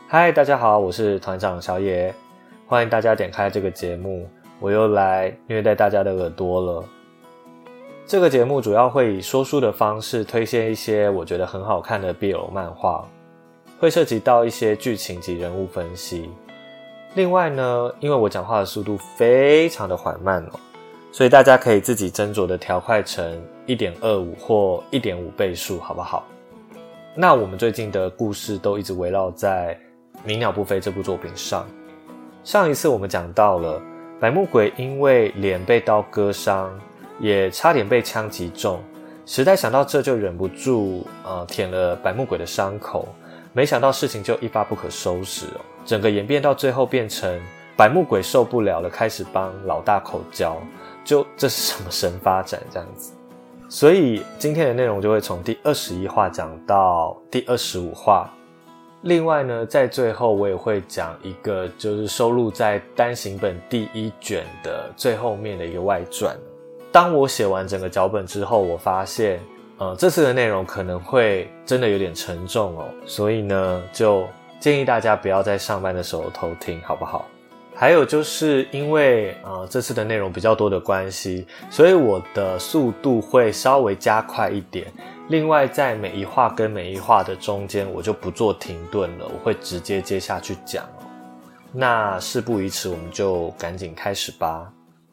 嗨，大家好，我是团长小野，欢迎大家点开这个节目，我又来虐待大家的耳朵了。这个节目主要会以说书的方式推荐一些我觉得很好看的 BL 漫画，会涉及到一些剧情及人物分析。另外呢，因为我讲话的速度非常的缓慢所以大家可以自己斟酌的调快成 1.25 或 1.5 倍速，好不好？那我们最近的故事都一直围绕在《鸣鸟不飞》这部作品上。上一次我们讲到了白木鬼因为脸被刀割伤，也差点被枪击中，时代想到这就忍不住舔了白木鬼的伤口，没想到事情就一发不可收拾整个演变到最后变成白木鬼受不了了，开始帮老大口交，就这是什么神发展这样子。所以今天的内容就会从第21话讲到第25话。另外呢，在最后我也会讲一个就是收录在单行本第1卷的最后面的一个外传。当我写完整个脚本之后，我发现这次的内容可能会真的有点沉重所以呢就建议大家不要在上班的时候偷听，好不好？还有就是因为这次的内容比较多的关系，所以我的速度会稍微加快一点。另外在每一话跟每一话的中间我就不做停顿了，我会直接接下去讲那事不宜迟，我们就赶紧开始吧。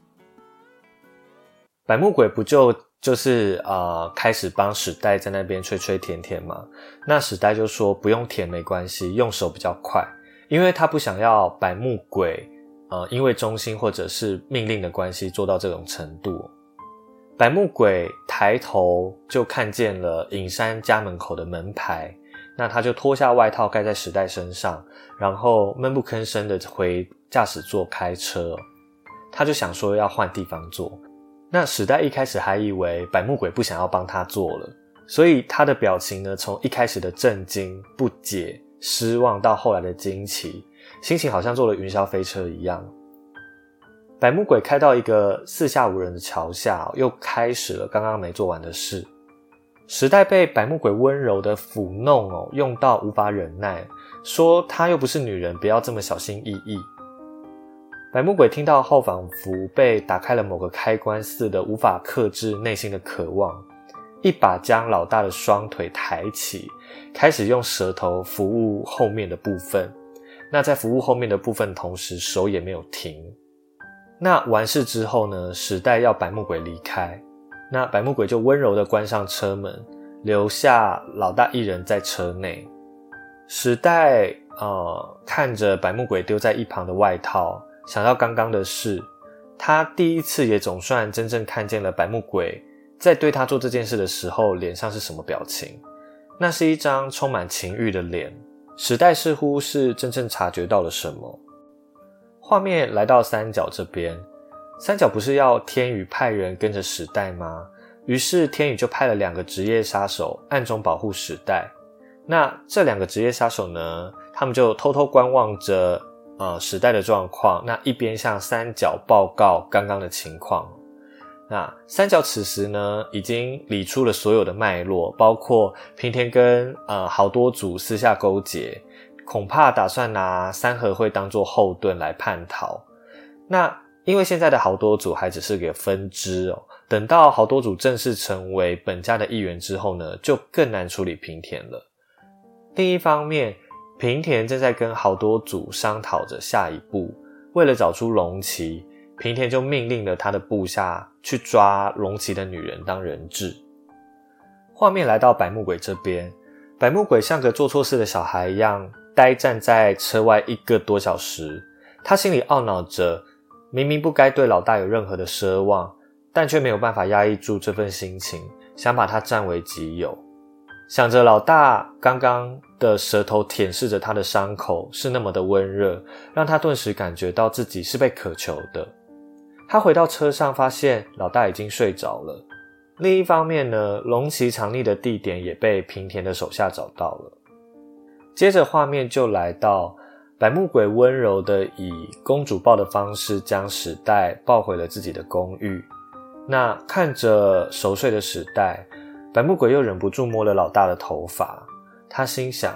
白木鬼不就是开始帮史代在那边吹吹舔舔嘛？那史代就说不用舔没关系，用手比较快，因为他不想要白木鬼因为忠心或者是命令的关系做到这种程度白木鬼抬头就看见了隐山家门口的门牌，那他就脱下外套盖在史代身上，然后闷不吭声的回驾驶座开车他就想说要换地方坐。那史代一开始还以为白木鬼不想要帮他做了，所以他的表情呢，从一开始的震惊、不解、失望到后来的惊奇，心情好像坐了云霄飞车一样。白木鬼开到一个四下无人的桥下又开始了刚刚没做完的事。时代被白木鬼温柔的抚弄用到无法忍耐，说她又不是女人，不要这么小心翼翼。白木鬼听到后仿佛被打开了某个开关似的，无法克制内心的渴望，一把将老大的双腿抬起，开始用舌头服务后面的部分。那在服务后面的部分同时手也没有停。那完事之后呢，史代要白木鬼离开，那白木鬼就温柔地关上车门，留下老大一人在车内。史代看着白木鬼丢在一旁的外套，想到刚刚的事，他第一次也总算真正看见了白木鬼在对他做这件事的时候脸上是什么表情。那是一张充满情欲的脸，史代似乎是真正察觉到了什么。画面来到三角这边，三角不是要天宇派人跟着史代吗？于是天宇就派了2个职业杀手暗中保护史代。那这2个职业杀手呢，他们就偷偷观望着史代的状况，那一边向三角报告刚刚的情况。那三角此时呢，已经理出了所有的脉络，包括平田跟好多组私下勾结，恐怕打算拿三合会当作后盾来叛逃。那因为现在的好多组还只是个分支等到好多组正式成为本家的一员之后呢，就更难处理平田了。另一方面，平田正在跟好多组商讨着下一步，为了找出龙崎，平田就命令了他的部下去抓龙崎的女人当人质。画面来到白木鬼这边，白木鬼像个做错事的小孩一样呆站在车外1个多小时，他心里懊恼着明明不该对老大有任何的奢望，但却没有办法压抑住这份心情，想把他占为己有。想着老大刚刚的舌头舔舐着他的伤口是那么的温热，让他顿时感觉到自己是被渴求的。他回到车上发现老大已经睡着了。另一方面呢，龙崎藏匿的地点也被平田的手下找到了。接着画面就来到白木鬼温柔的以公主抱的方式将史代抱回了自己的公寓。那看着熟睡的史代，白木鬼又忍不住摸了老大的头发，他心想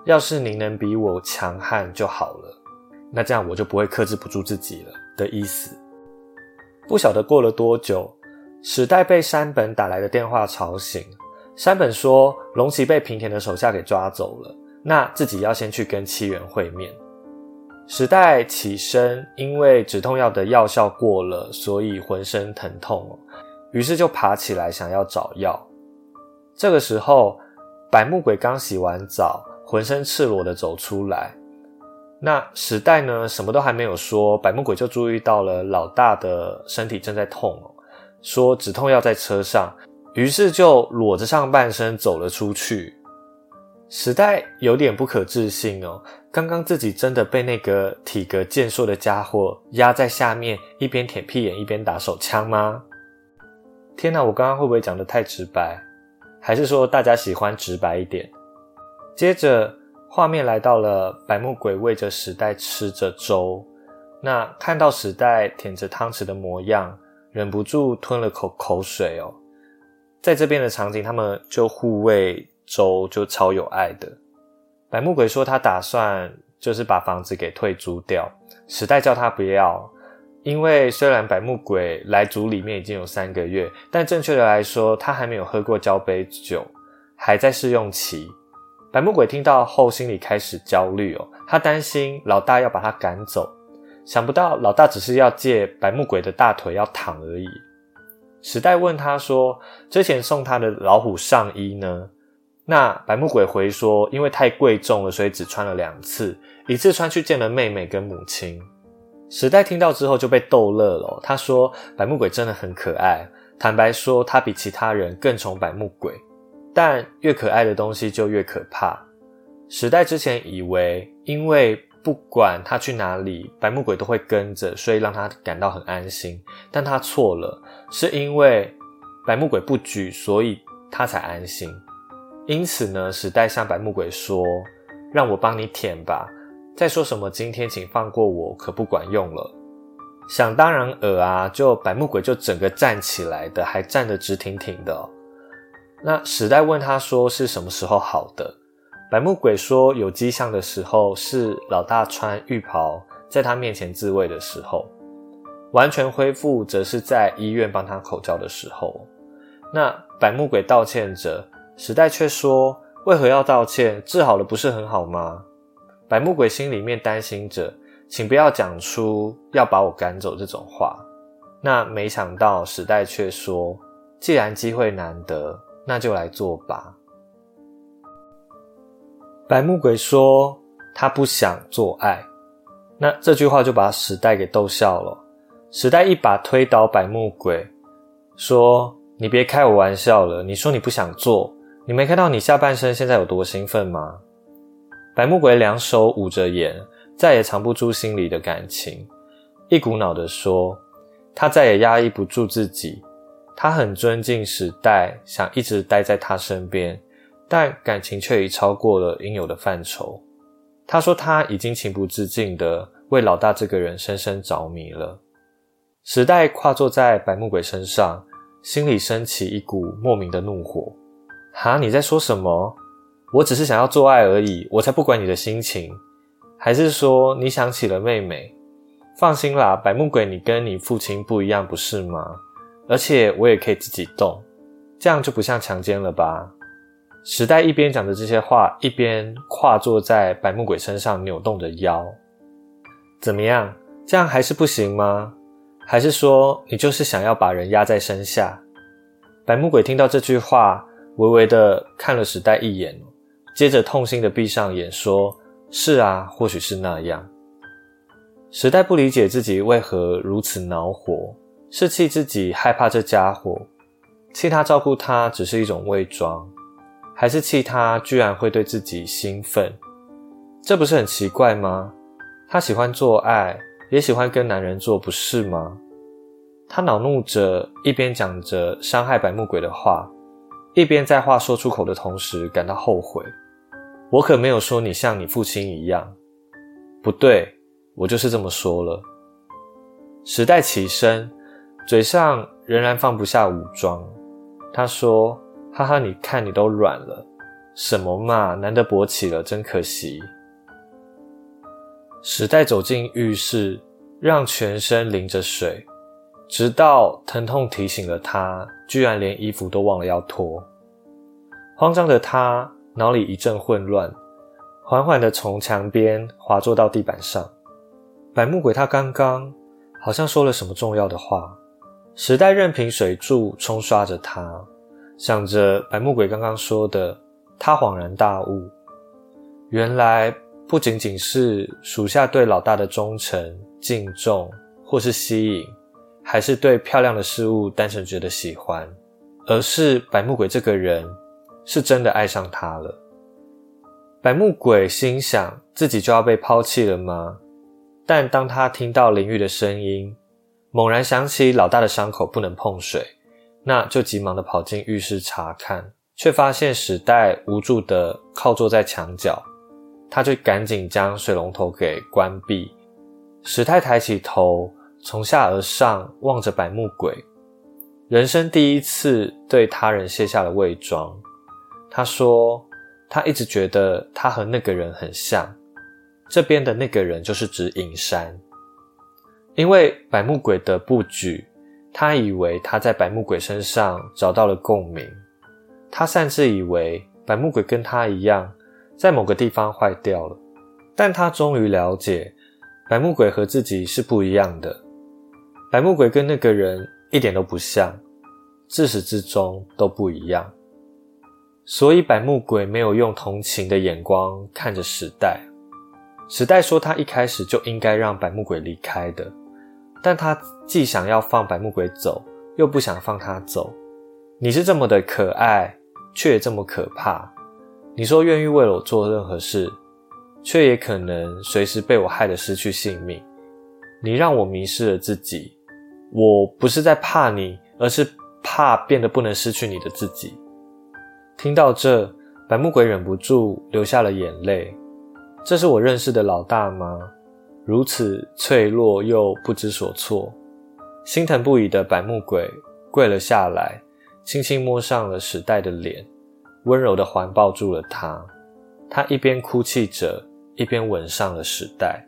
要是您能比我强悍就好了，那这样我就不会克制不住自己了的意思。不晓得过了多久，史代被山本打来的电话吵醒。山本说龙崎被平田的手下给抓走了，那自己要先去跟七原会面。史代起身，因为止痛药的药效过了，所以浑身疼痛，于是就爬起来想要找药。这个时候百目鬼刚洗完澡，浑身赤裸的走出来。那史代呢什么都还没有说，百目鬼就注意到了老大的身体正在痛，说止痛药在车上，于是就裸着上半身走了出去。史代有点不可置信刚刚自己真的被那个体格健硕的家伙压在下面，一边舔屁眼一边打手枪吗？天哪，我刚刚会不会讲得太直白？还是说大家喜欢直白一点？接着画面来到了百目鬼喂着史代吃着粥，那看到史代舔着汤匙的模样，忍不住吞了口水在这边的场景，他们就互喂粥，就超有爱的。百目鬼说他打算就是把房子给退租掉，史代叫他不要，因为虽然百目鬼来组里面已经有3个月，但正确的来说他还没有喝过交杯酒，还在试用期。百目鬼听到后心里开始焦虑他担心老大要把他赶走，想不到老大只是要借百目鬼的大腿要躺而已。史代问他说之前送他的老虎上衣呢？那百目鬼回说因为太贵重了，所以只穿了2次，一次穿去见了妹妹跟母亲。史代听到之后就被逗乐了他说百目鬼真的很可爱，坦白说他比其他人更宠百目鬼，但越可爱的东西就越可怕。史代之前以为因为不管他去哪里百目鬼都会跟着，所以让他感到很安心，但他错了，是因为百目鬼不举，所以他才安心。因此呢，史代向百目鬼说让我帮你舔吧，再说什么今天请放过我可不管用了。想当然就百目鬼就整个站起来的，还站得直挺挺的那史代问他说是什么时候好的，百目鬼说有迹象的时候是老大穿浴袍在他面前自慰的时候，完全恢复则是在医院帮他口交的时候。那百目鬼道歉着，史代却说为何要道歉，治好了不是很好吗？百目鬼心里面担心着，请不要讲出要把我赶走这种话。那没想到史代却说既然机会难得，那就来做吧。百目鬼说他不想做爱，那这句话就把史代给逗笑了。史代一把推倒百目鬼说你别开我玩笑了，你说你不想做，你没看到你下半身现在有多兴奋吗？百目鬼2手捂着眼，再也藏不住心里的感情，一股脑地说他再也压抑不住自己，他很尊敬史代，想一直待在他身边，但感情却已超过了应有的范畴。他说他已经情不自禁地为老大这个人深深着迷了。史代跨坐在百目鬼身上，心里升起一股莫名的怒火。哈，你在说什么？我只是想要做爱而已，我才不管你的心情。还是说你想起了妹妹？放心啦，百目鬼你跟你父亲不一样不是吗？而且我也可以自己动，这样就不像强奸了吧？史代一边讲着这些话，一边跨坐在百目鬼身上扭动着腰。怎么样？这样还是不行吗？还是说你就是想要把人压在身下？百目鬼听到这句话，微微的看了史代一眼，接着痛心的闭上眼说是啊，或许是那样。史代不理解自己为何如此恼火，是气自己害怕这家伙，气他照顾他只是一种伪装，还是气他居然会对自己兴奋？这不是很奇怪吗？他喜欢做爱，也喜欢跟男人做，不是吗？他恼怒着，一边讲着伤害百目鬼的话，一边在话说出口的同时感到后悔。我可没有说你像你父亲一样。不对，我就是这么说了。史代起身，嘴上仍然放不下武装。他说，哈哈，你看你都软了， 什么嘛，难得勃起了，真可惜。时代走进浴室，让全身淋着水，直到疼痛提醒了他，居然连衣服都忘了要脱。慌张的他脑里一阵混乱，缓缓地从墙边滑坐到地板上。百目鬼他刚刚好像说了什么重要的话，时代任凭水柱冲刷着他，想着百目鬼刚刚说的，他恍然大悟，原来不仅仅是属下对老大的忠诚、敬重或是吸引，还是对漂亮的事物单纯觉得喜欢，而是百目鬼这个人是真的爱上他了。百目鬼心想自己就要被抛弃了吗？但当他听到淋浴的声音，猛然想起老大的伤口不能碰水，那就急忙地跑进浴室查看，却发现时代无助地靠坐在墙角，他就赶紧将水龙头给关闭。时代抬起头，从下而上望着百目鬼，人生第一次对他人卸下了伪装。他说他一直觉得他和那个人很像，这边的那个人就是指隐山。因为百目鬼的不举，他以为他在百目鬼身上找到了共鸣，他擅自以为百目鬼跟他一样在某个地方坏掉了，但他终于了解百目鬼和自己是不一样的，百目鬼跟那个人一点都不像，自始至终都不一样。所以百目鬼没有用同情的眼光看着时代。时代说他一开始就应该让百目鬼离开的，但他既想要放百目鬼走，又不想放他走。你是这么的可爱，却也这么可怕。你说愿意为了我做任何事，却也可能随时被我害得失去性命。你让我迷失了自己，我不是在怕你，而是怕变得不能失去你的自己。听到这，百目鬼忍不住流下了眼泪。这是我认识的老大吗？如此脆弱又不知所措。心疼不已的百目鬼跪了下来，轻轻摸上了时代的脸，温柔地环抱住了他。他一边哭泣着，一边吻上了时代。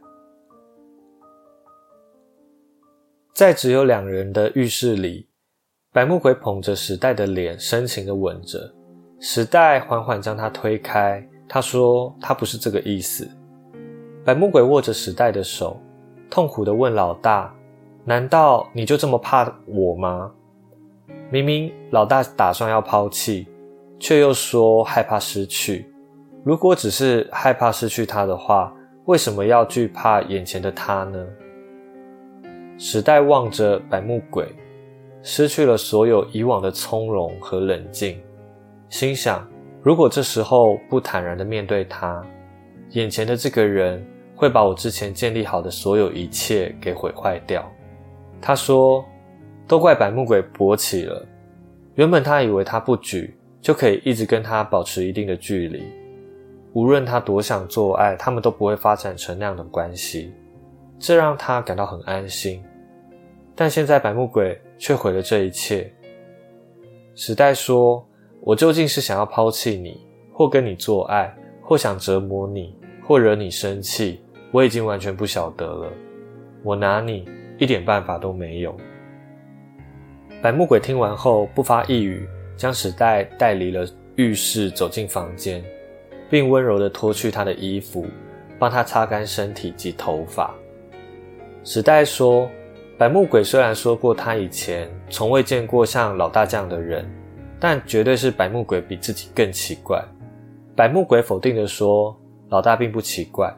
在只有两人的浴室里，百目鬼捧着时代的脸，深情地吻着。时代缓缓将他推开，他说他不是这个意思。百目鬼握着时代的手，痛苦地问老大，难道你就这么怕我吗？明明老大打算要抛弃，却又说害怕失去。如果只是害怕失去他的话，为什么要惧怕眼前的他呢？时代望着百目鬼，失去了所有以往的从容和冷静，心想如果这时候不坦然地面对他，眼前的这个人会把我之前建立好的所有一切给毁坏掉。他说都怪百目鬼勃起了，原本他以为他不举就可以一直跟他保持一定的距离，无论他多想做爱，他们都不会发展成那样的关系，这让他感到很安心。但现在百目鬼却毁了这一切。时代说，我究竟是想要抛弃你，或跟你做爱，或想折磨你，或惹你生气，我已经完全不晓得了。我拿你一点办法都没有。百目鬼听完后不发一语，将时代带离了浴室，走进房间，并温柔地脱去他的衣服，帮他擦干身体及头发。时代说，百目鬼虽然说过他以前从未见过像老大这样的人，但绝对是百目鬼比自己更奇怪。百目鬼否定地说，老大并不奇怪。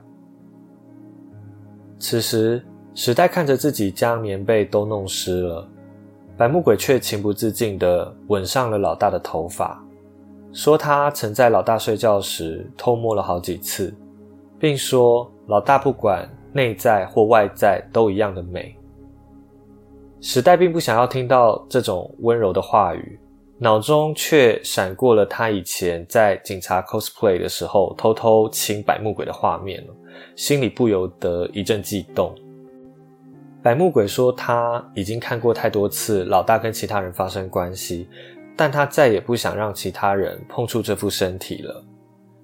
此时时代看着自己将棉被都弄湿了，百目鬼却情不自禁地吻上了老大的头发，说他曾在老大睡觉时偷摸了好几次，并说老大不管内在或外在都一样的美。时代并不想要听到这种温柔的话语，脑中却闪过了他以前在警察 cosplay 的时候偷偷亲百目鬼的画面了，心里不由得一阵悸动。百目鬼说他已经看过太多次老大跟其他人发生关系，但他再也不想让其他人碰触这副身体了。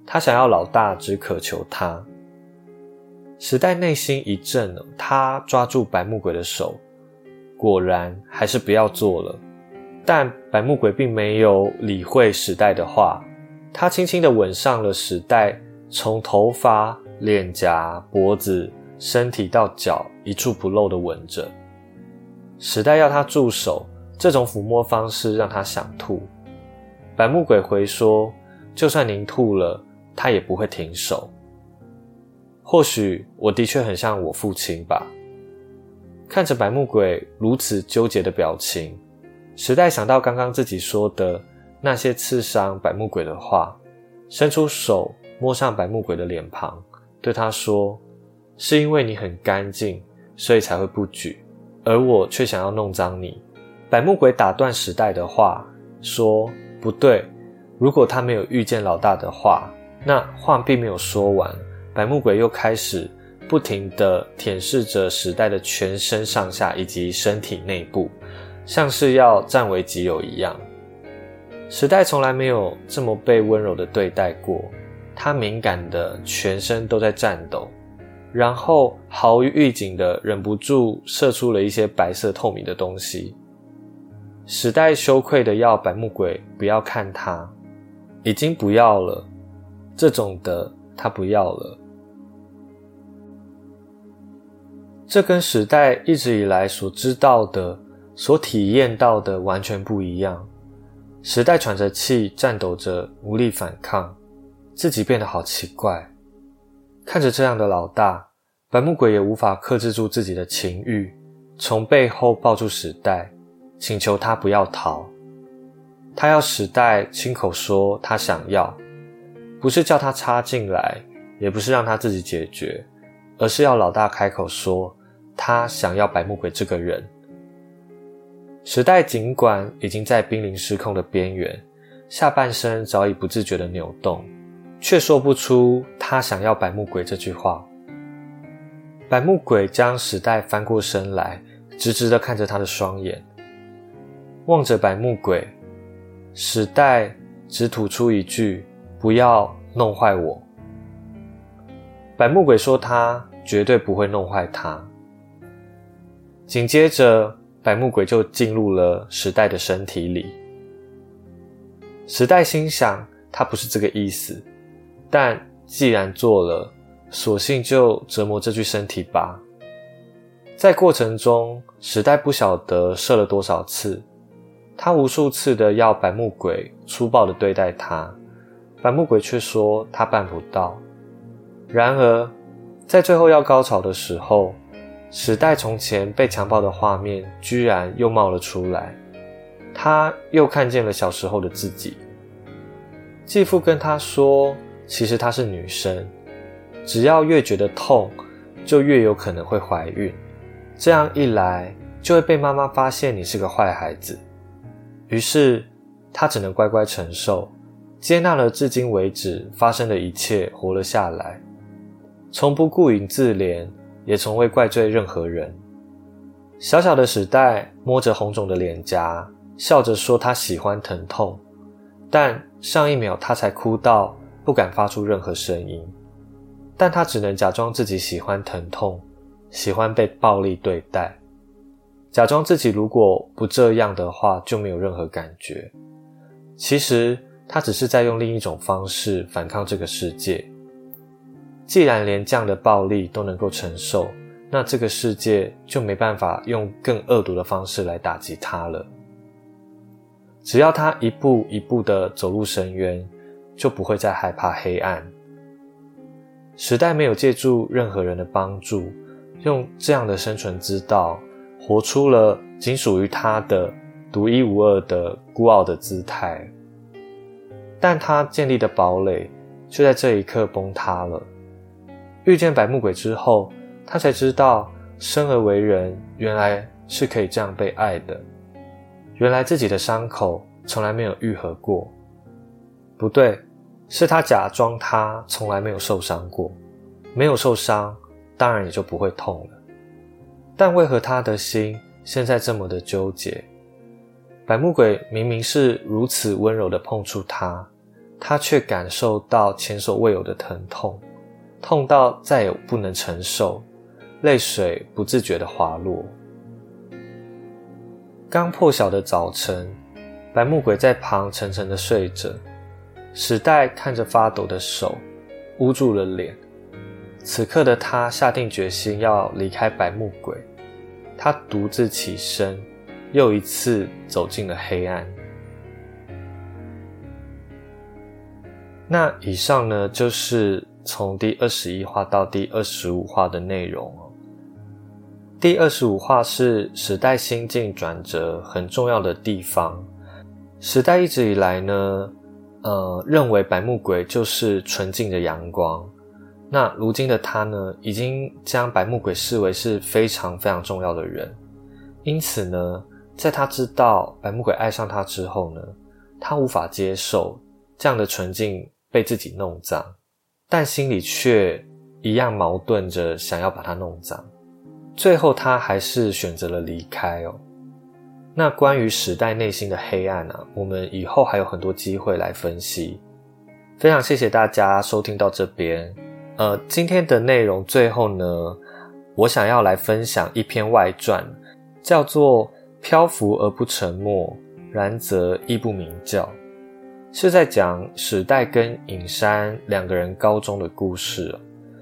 他想要老大只渴求他。时代内心一震，他抓住白木鬼的手，果然还是不要做了。但白木鬼并没有理会时代的话，他轻轻地吻上了时代从头发、脸颊、脖子、身体到脚一处不漏的吻着。时代要他住手，这种抚摸方式让他想吐。白木鬼回说，就算您吐了，他也不会停手。或许我的确很像我父亲吧。看着白木鬼如此纠结的表情，时代想到刚刚自己说的那些刺伤白木鬼的话，伸出手摸上白木鬼的脸庞，对他说，是因为你很干净，所以才会不举，而我却想要弄脏你。白木鬼打断时代的话，说，不对，如果他没有遇见老大的话。那话并没有说完，白木鬼又开始不停地舔舐着时代的全身上下以及身体内部，像是要占为己有一样。时代从来没有这么被温柔地对待过，他敏感的全身都在颤抖，然后毫无预警的忍不住射出了一些白色透明的东西。时代羞愧的要白木鬼不要看他，已经不要了，这种的他不要了。这跟时代一直以来所知道的、所体验到的完全不一样。时代喘着气，颤抖着，无力反抗，自己变得好奇怪。看着这样的老大，白木鬼也无法克制住自己的情欲，从背后抱住时代，请求他不要逃。他要时代亲口说他想要，不是叫他插进来，也不是让他自己解决，而是要老大开口说他想要白木鬼这个人。时代尽管已经在濒临失控的边缘，下半身早已不自觉地扭动，却说不出他想要白木鬼这句话。白木鬼将时代翻过身来，直直地看着他的双眼，望着白木鬼，时代只吐出一句，不要弄坏我。白木鬼说他绝对不会弄坏他。紧接着白木鬼就进入了时代的身体里。时代心想他不是这个意思，但既然做了，索性就折磨这具身体吧。在过程中，时代不晓得射了多少次，他无数次的要白木鬼粗暴的对待他，白木鬼却说他办不到。然而在最后要高潮的时候，时代从前被强暴的画面居然又冒了出来，他又看见了小时候的自己。继父跟他说，其实她是女生，只要越觉得痛，就越有可能会怀孕，这样一来就会被妈妈发现你是个坏孩子。于是他只能乖乖承受，接纳了至今为止发生的一切，活了下来，从不顾影自怜，也从未怪罪任何人。小小的时代摸着红肿的脸颊，笑着说他喜欢疼痛，但上一秒他才哭到不敢发出任何声音。但他只能假装自己喜欢疼痛，喜欢被暴力对待，假装自己如果不这样的话就没有任何感觉。其实他只是在用另一种方式反抗这个世界。既然连这样的暴力都能够承受，那这个世界就没办法用更恶毒的方式来打击他了。只要他一步一步地走入深渊，就不会再害怕黑暗。时代没有借助任何人的帮助，用这样的生存之道，活出了仅属于他的独一无二的孤傲的姿态。但他建立的堡垒却在这一刻崩塌了。遇见白木鬼之后，他才知道生而为人原来是可以这样被爱的，原来自己的伤口从来没有愈合过。不对，是他假装他从来没有受伤过，没有受伤，当然也就不会痛了。但为何他的心现在这么的纠结？白木鬼明明是如此温柔地碰触他， 他却感受到前所未有的疼痛，痛到再也不能承受，泪水不自觉地滑落。刚破晓的早晨，白木鬼在旁沉沉地睡着，史代看着发抖的手，捂住了脸。此刻的他下定决心要离开白木鬼，他独自起身，又一次走进了黑暗。那以上呢，就是从第21话到第25话的内容哦。第25话是史代心境转折很重要的地方。史代一直以来呢，认为白木鬼就是纯净的阳光。那如今的他呢，已经将白木鬼视为是非常非常重要的人。因此呢，在他知道白木鬼爱上他之后呢，他无法接受这样的纯净被自己弄脏，但心里却一样矛盾着想要把它弄脏。最后他还是选择了离开哦。那关于史代内心的黑暗啊，我们以后还有很多机会来分析。非常谢谢大家收听到这边。今天的内容最后呢，我想要来分享一篇外传，叫做《漂浮而不沉没，然则亦不鸣叫》，是在讲史代跟尹山两个人高中的故事。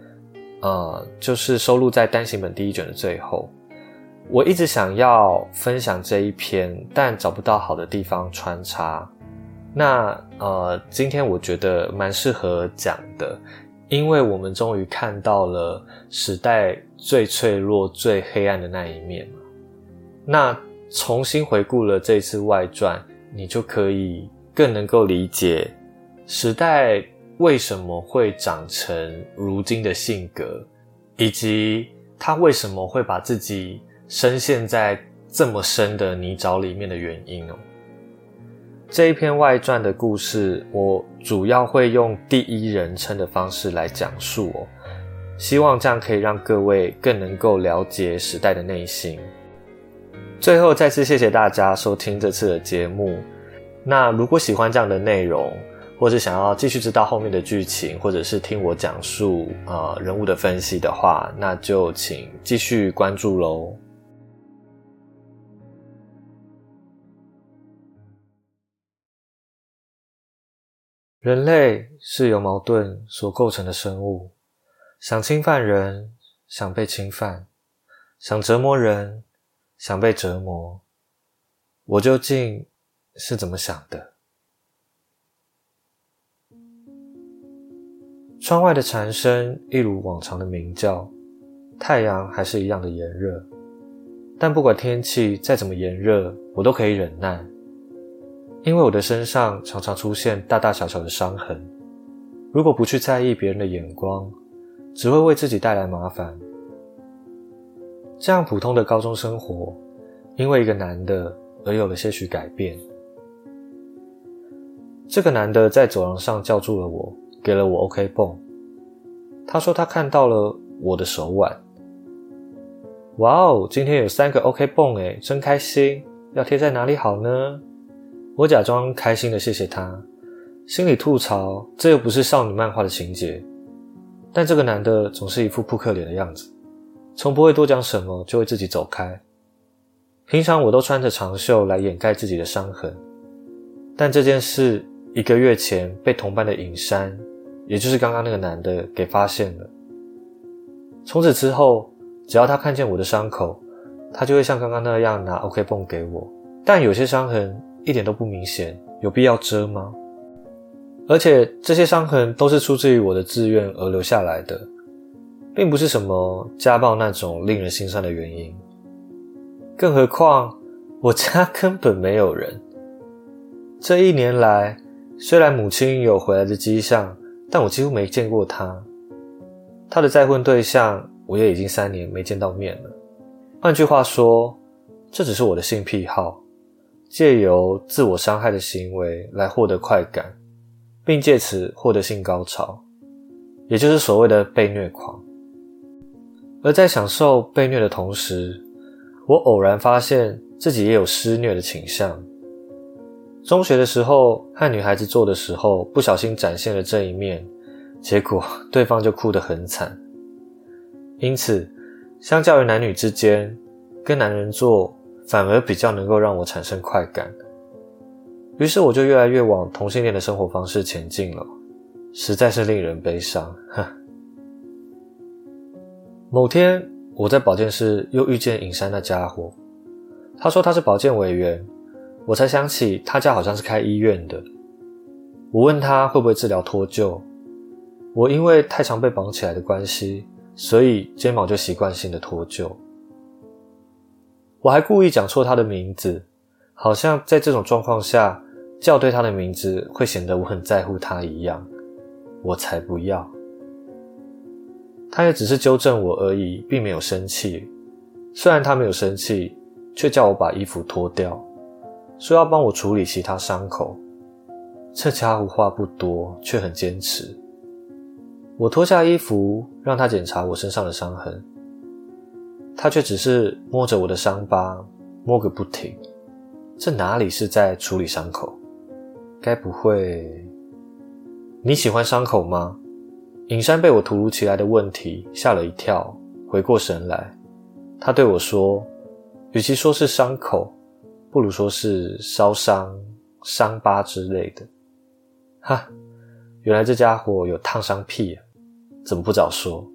就是收录在单行本第1卷的最后。我一直想要分享这一篇，但找不到好的地方穿插。那今天我觉得蛮适合讲的，因为我们终于看到了史代最脆弱最黑暗的那一面嘛。那重新回顾了这次外传，你就可以更能够理解史代为什么会长成如今的性格，以及他为什么会把自己深陷在这么深的泥沼里面的原因哦。这一篇外传的故事，我主要会用第一人称的方式来讲述哦，希望这样可以让各位更能够了解史代的内心。最后再次谢谢大家收听这次的节目。那如果喜欢这样的内容，或是想要继续知道后面的剧情，或者是听我讲述人物的分析的话，那就请继续关注咯。人类是由矛盾所构成的生物，想侵犯人，想被侵犯，想折磨人，想被折磨。我究竟是怎么想的？窗外的蝉声一如往常的鸣叫，太阳还是一样的炎热，但不管天气再怎么炎热，我都可以忍耐，因为我的身上常常出现大大小小的伤痕，如果不去在意别人的眼光，只会为自己带来麻烦。这样普通的高中生活，因为一个男的而有了些许改变。这个男的在走廊上叫住了我，给了我 OK 泵。他说他看到了我的手腕。哇哦，今天有3个 OK 泵耶，真开心，要贴在哪里好呢？我假装开心的谢谢他，心里吐槽这又不是少女漫画的情节。但这个男的总是一副扑克脸的样子，从不会多讲什么就会自己走开。平常我都穿着长袖来掩盖自己的伤痕，但这件事1个月前被同班的尹山，也就是刚刚那个男的给发现了。从此之后，只要他看见我的伤口，他就会像刚刚那样拿 OK 泵给我，但有些伤痕一点都不明显，有必要遮吗？而且这些伤痕都是出自于我的自愿而留下来的，并不是什么家暴那种令人心酸的原因。更何况我家根本没有人。这1年来，虽然母亲有回来的迹象，但我几乎没见过她。她的再婚对象我也已经3年没见到面了。换句话说，这只是我的性癖好，借由自我伤害的行为来获得快感，并借此获得性高潮，也就是所谓的被虐狂。而在享受被虐的同时，我偶然发现自己也有施虐的倾向。 中学的时候和女孩子做的时候，不小心展现了这一面，结果对方就哭得很惨。因此，相较于男女之间，跟男人做反而比较能够让我产生快感。于是我就越来越往同性恋的生活方式前进了，实在是令人悲伤。某天，我在保健室又遇见尹山那家伙，他说他是保健委员，我才想起他家好像是开医院的。我问他会不会治疗脱臼，我因为太常被绑起来的关系，所以肩膀就习惯性的脱臼。我还故意讲错他的名字，好像在这种状况下叫对他的名字会显得我很在乎他一样，我才不要。他也只是纠正我而已，并没有生气。虽然他没有生气，却叫我把衣服脱掉，说要帮我处理其他伤口。这家伙话不多，却很坚持。我脱下衣服，让他检查我身上的伤痕，他却只是摸着我的伤疤，摸个不停。这哪里是在处理伤口？该不会……你喜欢伤口吗？尹山被我突如其来的问题吓了一跳，回过神来，他对我说，与其说是伤口，不如说是烧伤、伤疤之类的。哈，原来这家伙有烫伤癖啊，怎么不早说？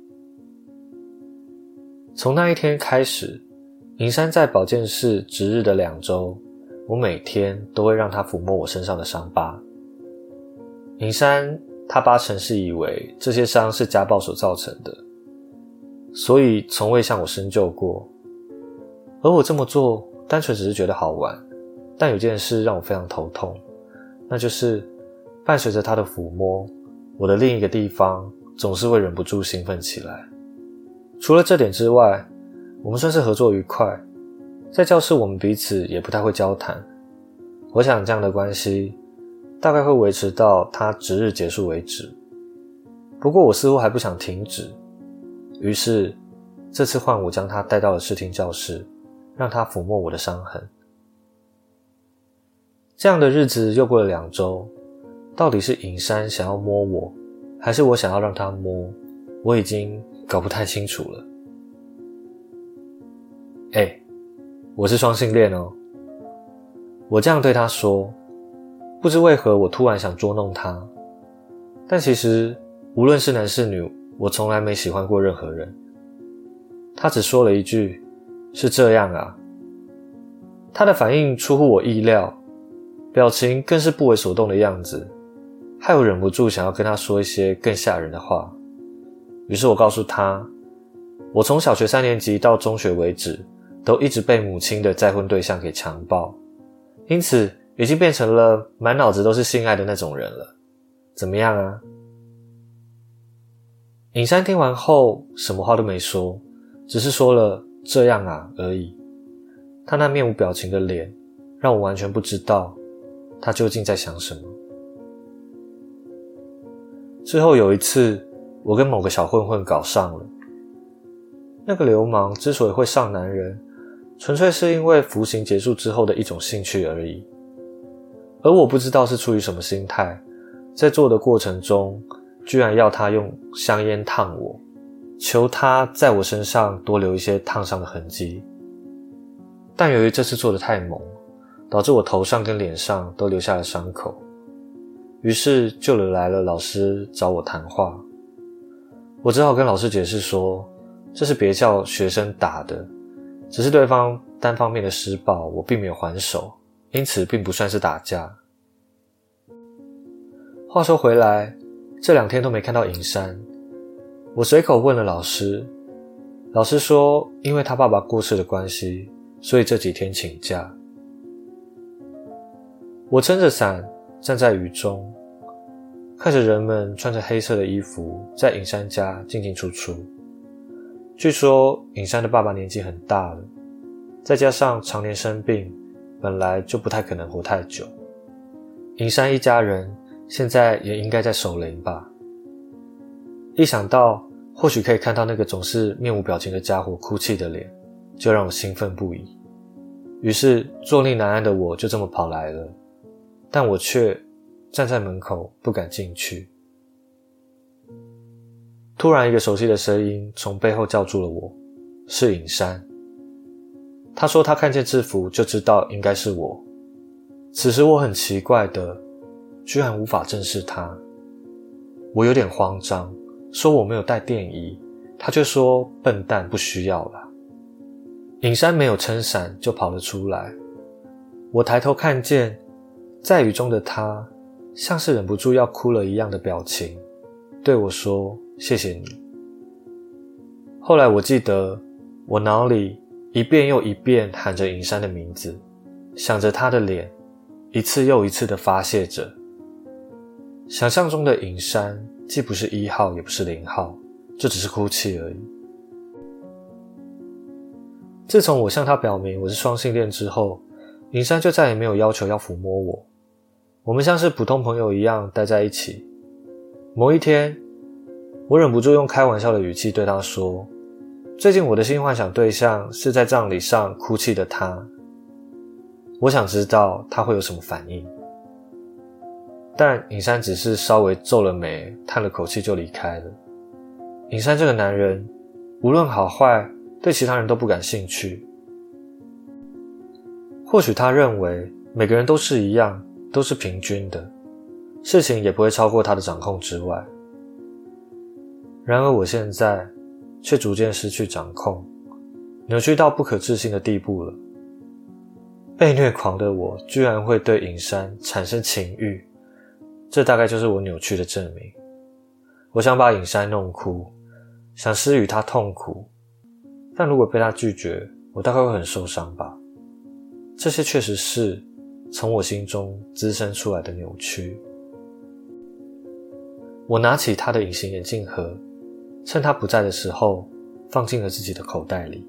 从那一天开始，尹山在保健室值日的2周，我每天都会让他抚摸我身上的伤疤。尹山他八成是以为这些伤是家暴所造成的，所以从未向我深究过。而我这么做单纯只是觉得好玩，但有件事让我非常头痛，那就是伴随着他的抚摸，我的另一个地方总是会忍不住兴奋起来。除了这点之外，我们算是合作愉快，在教室我们彼此也不太会交谈。我想这样的关系大概会维持到他值日结束为止。不过我似乎还不想停止，于是这次换我将他带到了视听教室，让他抚摸我的伤痕。这样的日子又过了2周，到底是尹山想要摸我，还是我想要让他摸，我已经搞不太清楚了。我是双性恋哦。我这样对他说，不知为何我突然想捉弄他，但其实无论是男是女，我从来没喜欢过任何人。他只说了一句，是这样啊。他的反应出乎我意料，表情更是不为所动的样子，害我忍不住想要跟他说一些更吓人的话。于是我告诉他，我从小学3年级到中学为止，都一直被母亲的再婚对象给强暴，因此已经变成了满脑子都是性爱的那种人了。怎么样啊？尹山听完后什么话都没说，只是说了这样啊而已。他那面无表情的脸让我完全不知道他究竟在想什么。之后有一次，我跟某个小混混搞上了。那个流氓之所以会上男人，纯粹是因为服刑结束之后的一种兴趣而已。而我不知道是出于什么心态，在做的过程中居然要他用香烟烫我，求他在我身上多留一些烫伤的痕迹。但由于这次做得太猛，导致我头上跟脸上都留下了伤口，于是就惹来了老师找我谈话。我只好跟老师解释说，这是别叫学生打的，只是对方单方面的施暴，我并没有还手，因此并不算是打架。话说回来，这2天都没看到尹山。我随口问了老师，老师说因为他爸爸过世的关系，所以这几天请假。我撑着伞站在雨中，看着人们穿着黑色的衣服在尹山家进进出出。据说尹山的爸爸年纪很大了，再加上常年生病，本来就不太可能活太久。尹山一家人现在也应该在守灵吧。一想到或许可以看到那个总是面无表情的家伙哭泣的脸，就让我兴奋不已。于是坐立难安的我就这么跑来了。 但我却站在门口不敢进去。突然一个熟悉的声音从背后叫住了我，是尹山。他说他看见制服就知道应该是我。此时我很奇怪的居然无法正视他。我有点慌张，说我没有带电椅，他却说笨蛋不需要啦。尹山没有撑伞就跑了出来。我抬头看见在雨中的他像是忍不住要哭了一样的表情，对我说谢谢你。后来我记得我脑里一遍又一遍喊着尹山的名字，想着他的脸，一次又一次地发泄着。想象中的尹山既不是1号也不是0号，就只是哭泣而已。自从我向他表明我是双性恋之后，尹山就再也没有要求要抚摸我，我们像是普通朋友一样待在一起。某一天，我忍不住用开玩笑的语气对他说，最近我的性幻想对象是在葬礼上哭泣的他，我想知道他会有什么反应。但尹山只是稍微皱了眉，叹了口气就离开了。尹山这个男人无论好坏对其他人都不感兴趣。或许他认为每个人都是一样，都是平均的，事情也不会超过他的掌控之外。然而我现在却逐渐失去掌控，扭曲到不可置信的地步了。被虐狂的我居然会对尹山产生情欲，这大概就是我扭曲的证明。我想把尹山弄哭，想施予他痛苦，但如果被他拒绝，我大概会很受伤吧。这些确实是从我心中滋生出来的扭曲。我拿起他的隐形眼镜盒，趁他不在的时候放进了自己的口袋里。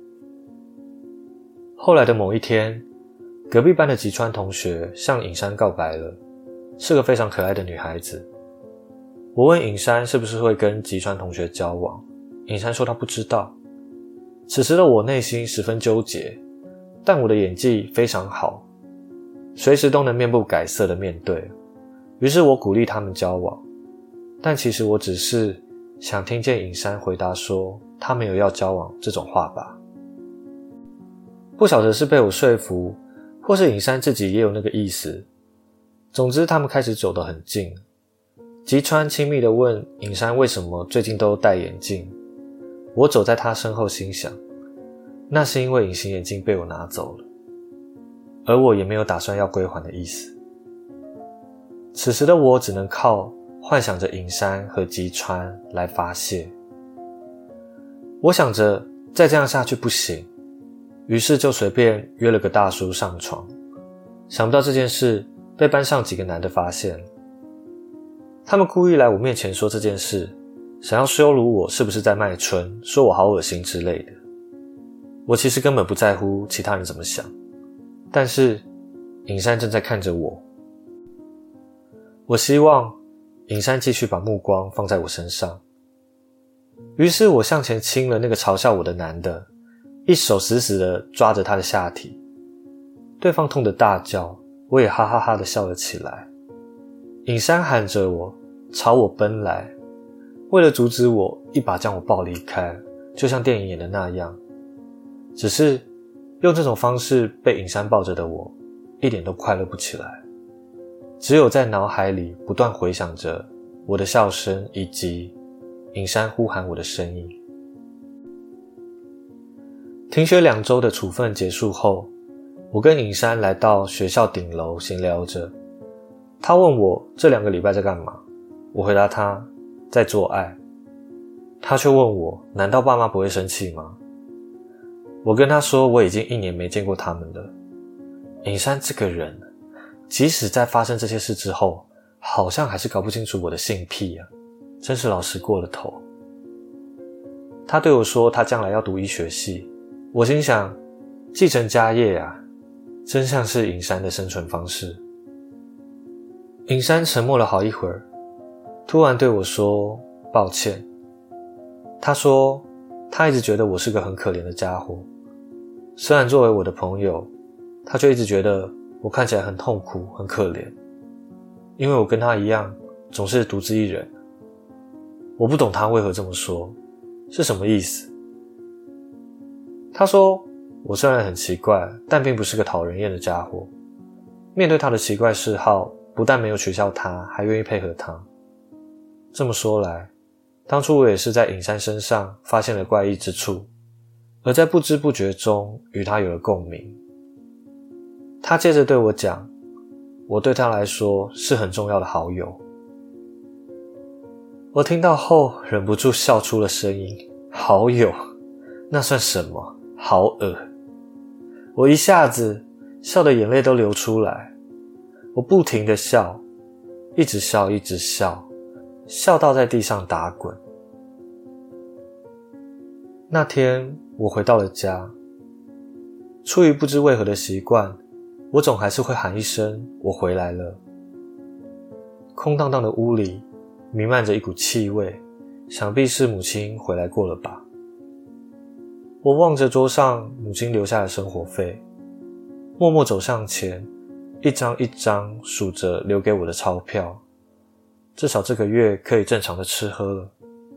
后来的某一天，隔壁班的吉川同学向尹山告白了，是个非常可爱的女孩子。我问尹山是不是会跟吉川同学交往，尹山说他不知道。此时的我内心十分纠结，但我的演技非常好，随时都能面不改色的面对。于是我鼓励他们交往，但其实我只是想听见尹山回答说他没有要交往这种话吧。不晓得是被我说服，或是尹山自己也有那个意思。总之他们开始走得很近。吉川亲密地问尹山为什么最近都戴眼镜。我走在他身后心想，那是因为隐形眼镜被我拿走了，而我也没有打算要归还的意思。此时的我只能靠幻想着尹山和吉川来发泄。我想着再这样下去不行，于是就随便约了个大叔上床。想不到这件事被班上几个男的发现了，他们故意来我面前说这件事，想要羞辱我是不是在卖春，说我好恶心之类的。我其实根本不在乎其他人怎么想，但是尹山正在看着我。我希望尹山继续把目光放在我身上，于是我向前亲了那个嘲笑我的男的，一手死死地抓着他的下体。对方痛得大叫，我也哈哈哈地笑了起来。尹山喊着我朝我奔来，为了阻止我，一把将我抱离开，就像电影演的那样。只是用这种方式被尹山抱着的我一点都快乐不起来，只有在脑海里不断回想着我的笑声以及尹山呼喊我的声音。停学2周的处分结束后，我跟尹山来到学校顶楼闲聊着。他问我这2个礼拜在干嘛，我回答他在做爱。他却问我难道爸妈不会生气吗？我跟他说我已经1年没见过他们了。尹山这个人即使在发生这些事之后，好像还是搞不清楚我的性癖啊，真是老实过了头。他对我说他将来要读医学系，我心想继承家业啊，真像是尹山的生存方式。尹山沉默了好一会儿，突然对我说抱歉。他说他一直觉得我是个很可怜的家伙，虽然作为我的朋友，他却一直觉得我看起来很痛苦，很可怜，因为我跟他一样，总是独自一人。我不懂他为何这么说，是什么意思？他说，我虽然很奇怪，但并不是个讨人厌的家伙。面对他的奇怪嗜好，不但没有取笑他，还愿意配合他。这么说来，当初我也是在尹山身上发现了怪异之处，而在不知不觉中与他有了共鸣。他接着对我讲，我对他来说是很重要的好友。我听到后忍不住笑出了声音，好友，那算什么？好恶！我一下子笑得眼泪都流出来，我不停地笑，一直笑，一直笑，笑到在地上打滚。那天我回到了家，出于不知为何的习惯，我总还是会喊一声我回来了。空荡荡的屋里弥漫着一股气味，想必是母亲回来过了吧。我望着桌上母亲留下的生活费，默默走上前，一张一张数着留给我的钞票，至少这个月可以正常的吃喝了。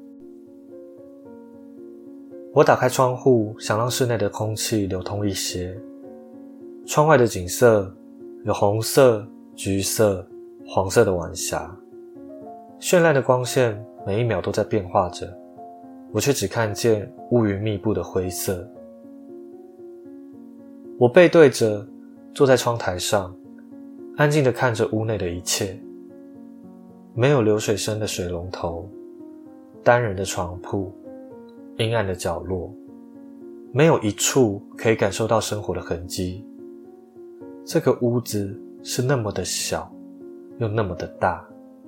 我打开窗户，想让室内的空气流通一些。窗外的景色有红色、橘色、黄色的晚霞，绚烂的光线每一秒都在变化着，我却只看见乌云密布的灰色。我背对着坐在窗台上，安静地看着屋内的一切。没有流水声的水龙头，单人的床铺，阴暗的角落，没有一处可以感受到生活的痕迹。这个屋子是那么的小，又那么的大。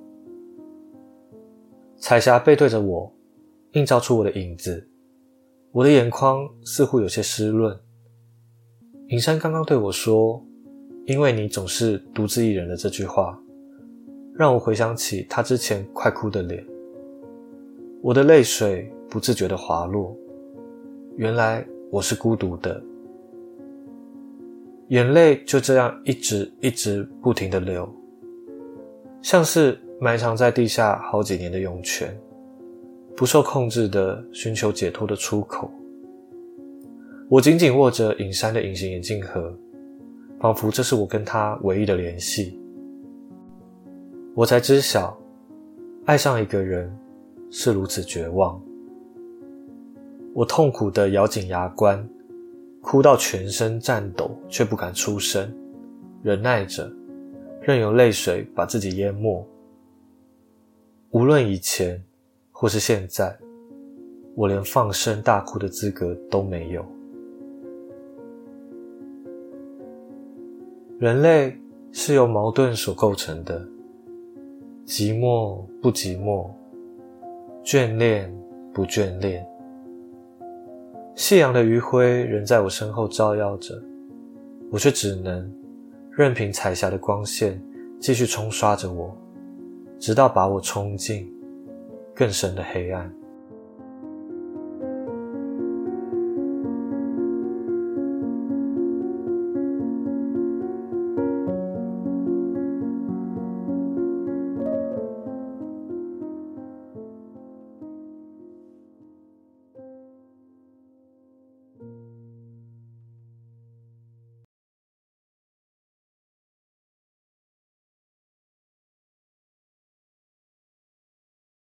彩霞背对着我，映照出我的影子，我的眼眶似乎有些湿润。尹山刚刚对我说，因为你总是独自一人的这句话，让我回想起他之前快哭的脸。我的泪水不自觉地滑落，原来我是孤独的。眼泪就这样一直不停地流，像是埋藏在地下好几年的涌泉，不受控制地寻求解脱的出口。我紧紧握着尹山的隐形眼镜盒，仿佛这是我跟他唯一的联系。我才知晓，爱上一个人是如此绝望。我痛苦地咬紧牙关，哭到全身颤抖，却不敢出声，忍耐着，任由泪水把自己淹没。无论以前或是现在，我连放声大哭的资格都没有。人类是由矛盾所构成的，寂寞不寂寞，眷恋不眷恋。夕阳的余晖仍在我身后照耀着，我却只能任凭彩霞的光线继续冲刷着我，直到把我冲进更深的黑暗。